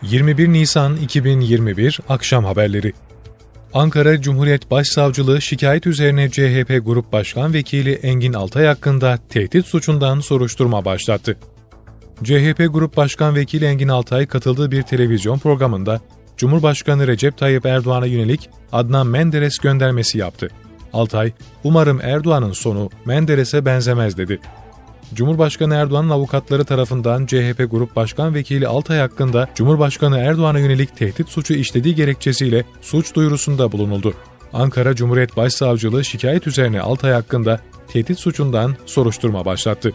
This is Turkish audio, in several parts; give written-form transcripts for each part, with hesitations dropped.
21 Nisan 2021 Akşam Haberleri. Ankara Cumhuriyet Başsavcılığı şikayet üzerine CHP Grup Başkan Vekili Engin Altay hakkında tehdit suçundan soruşturma başlattı. CHP Grup Başkan Vekili Engin Altay katıldığı bir televizyon programında Cumhurbaşkanı Recep Tayyip Erdoğan'a yönelik Adnan Menderes göndermesi yaptı. Altay, "Umarım Erdoğan'ın sonu Menderes'e benzemez." dedi. Cumhurbaşkanı Erdoğan'ın avukatları tarafından CHP Grup Başkan Vekili Altay hakkında Cumhurbaşkanı Erdoğan'a yönelik tehdit suçu işlediği gerekçesiyle suç duyurusunda bulunuldu. Ankara Cumhuriyet Başsavcılığı şikayet üzerine Altay hakkında tehdit suçundan soruşturma başlattı.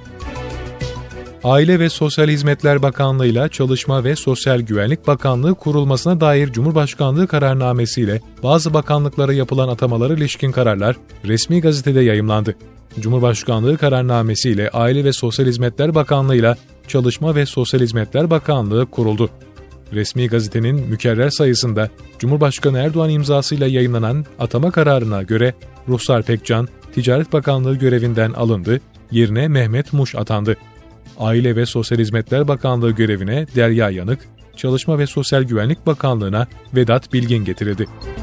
Aile ve Sosyal Hizmetler Bakanlığı ile Çalışma ve Sosyal Güvenlik Bakanlığı kurulmasına dair Cumhurbaşkanlığı kararnamesiyle bazı bakanlıklara yapılan atamalara ilişkin kararlar resmi gazetede yayımlandı. Cumhurbaşkanlığı kararnamesiyle Aile ve Sosyal Hizmetler Bakanlığı ile Çalışma ve Sosyal Hizmetler Bakanlığı kuruldu. Resmi gazetenin mükerrer sayısında Cumhurbaşkanı Erdoğan imzasıyla yayınlanan atama kararına göre Ruhsar Pekcan, Ticaret Bakanlığı görevinden alındı, yerine Mehmet Muş atandı. Aile ve Sosyal Hizmetler Bakanlığı görevine Derya Yanık, Çalışma ve Sosyal Güvenlik Bakanlığı'na Vedat Bilgin getirildi.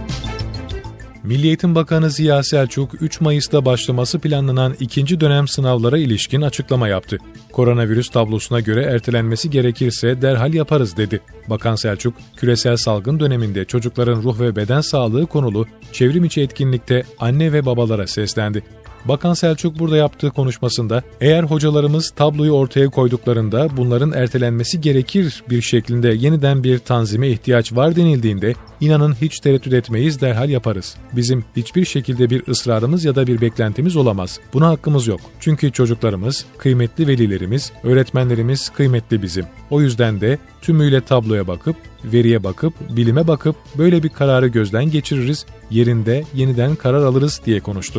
Milli Eğitim Bakanı Ziya Selçuk, 3 Mayıs'ta başlaması planlanan ikinci dönem sınavlara ilişkin açıklama yaptı. Koronavirüs tablosuna göre ertelenmesi gerekirse derhal yaparız dedi. Bakan Selçuk, küresel salgın döneminde çocukların ruh ve beden sağlığı konulu çevrim içi etkinlikte anne ve babalara seslendi. Bakan Selçuk burada yaptığı konuşmasında, eğer hocalarımız tabloyu ortaya koyduklarında bunların ertelenmesi gerekir bir şeklinde yeniden bir tanzime ihtiyaç var denildiğinde, inanın hiç tereddüt etmeyiz, derhal yaparız. Bizim hiçbir şekilde bir ısrarımız ya da bir beklentimiz olamaz. Buna hakkımız yok. Çünkü çocuklarımız, kıymetli velilerimiz, öğretmenlerimiz kıymetli bizim. O yüzden de tümüyle tabloya bakıp, veriye bakıp, bilime bakıp böyle bir kararı gözden geçiririz, yerinde yeniden karar alırız diye konuştu.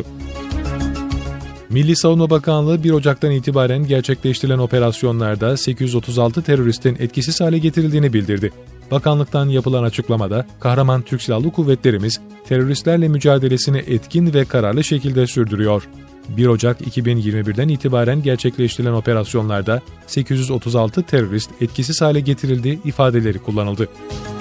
Milli Savunma Bakanlığı 1 Ocak'tan itibaren gerçekleştirilen operasyonlarda 836 teröristin etkisiz hale getirildiğini bildirdi. Bakanlıktan yapılan açıklamada, kahraman Türk Silahlı Kuvvetlerimiz teröristlerle mücadelesini etkin ve kararlı şekilde sürdürüyor. 1 Ocak 2021'den itibaren gerçekleştirilen operasyonlarda 836 terörist etkisiz hale getirildi ifadeleri kullanıldı.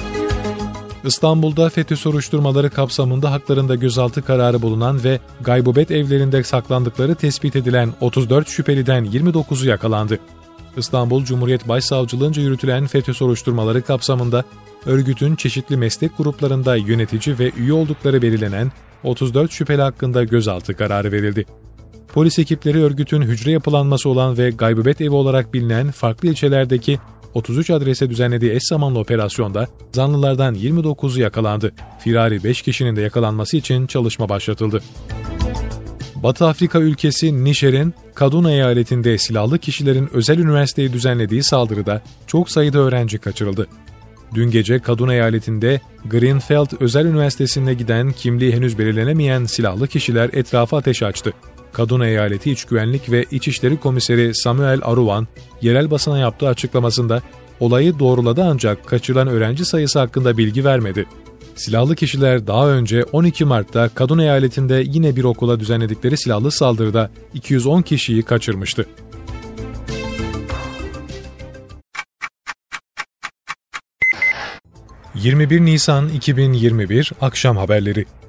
İstanbul'da FETÖ soruşturmaları kapsamında haklarında gözaltı kararı bulunan ve gaybubet evlerinde saklandıkları tespit edilen 34 şüpheliden 29'u yakalandı. İstanbul Cumhuriyet Başsavcılığınca yürütülen FETÖ soruşturmaları kapsamında örgütün çeşitli meslek gruplarında yönetici ve üye oldukları belirlenen 34 şüpheli hakkında gözaltı kararı verildi. Polis ekipleri örgütün hücre yapılanması olan ve gaybubet evi olarak bilinen farklı ilçelerdeki 33 adrese düzenlediği eş zamanlı operasyonda zanlılardan 29'u yakalandı. Firari 5 kişinin de yakalanması için çalışma başlatıldı. Batı Afrika ülkesi Nijer'in Kaduna eyaletinde silahlı kişilerin özel üniversiteye düzenlediği saldırıda çok sayıda öğrenci kaçırıldı. Dün gece Kaduna eyaletinde Greenfield Özel Üniversitesi'ne giden kimliği henüz belirlenemeyen silahlı kişiler etrafa ateş açtı. Kaduna Eyaleti İç Güvenlik ve İçişleri Komiseri Samuel Aruvan, yerel basına yaptığı açıklamasında olayı doğruladı ancak kaçırılan öğrenci sayısı hakkında bilgi vermedi. Silahlı kişiler daha önce 12 Mart'ta Kaduna Eyaleti'nde yine bir okula düzenledikleri silahlı saldırıda 210 kişiyi kaçırmıştı. ...21 Nisan 2021 Akşam Haberleri.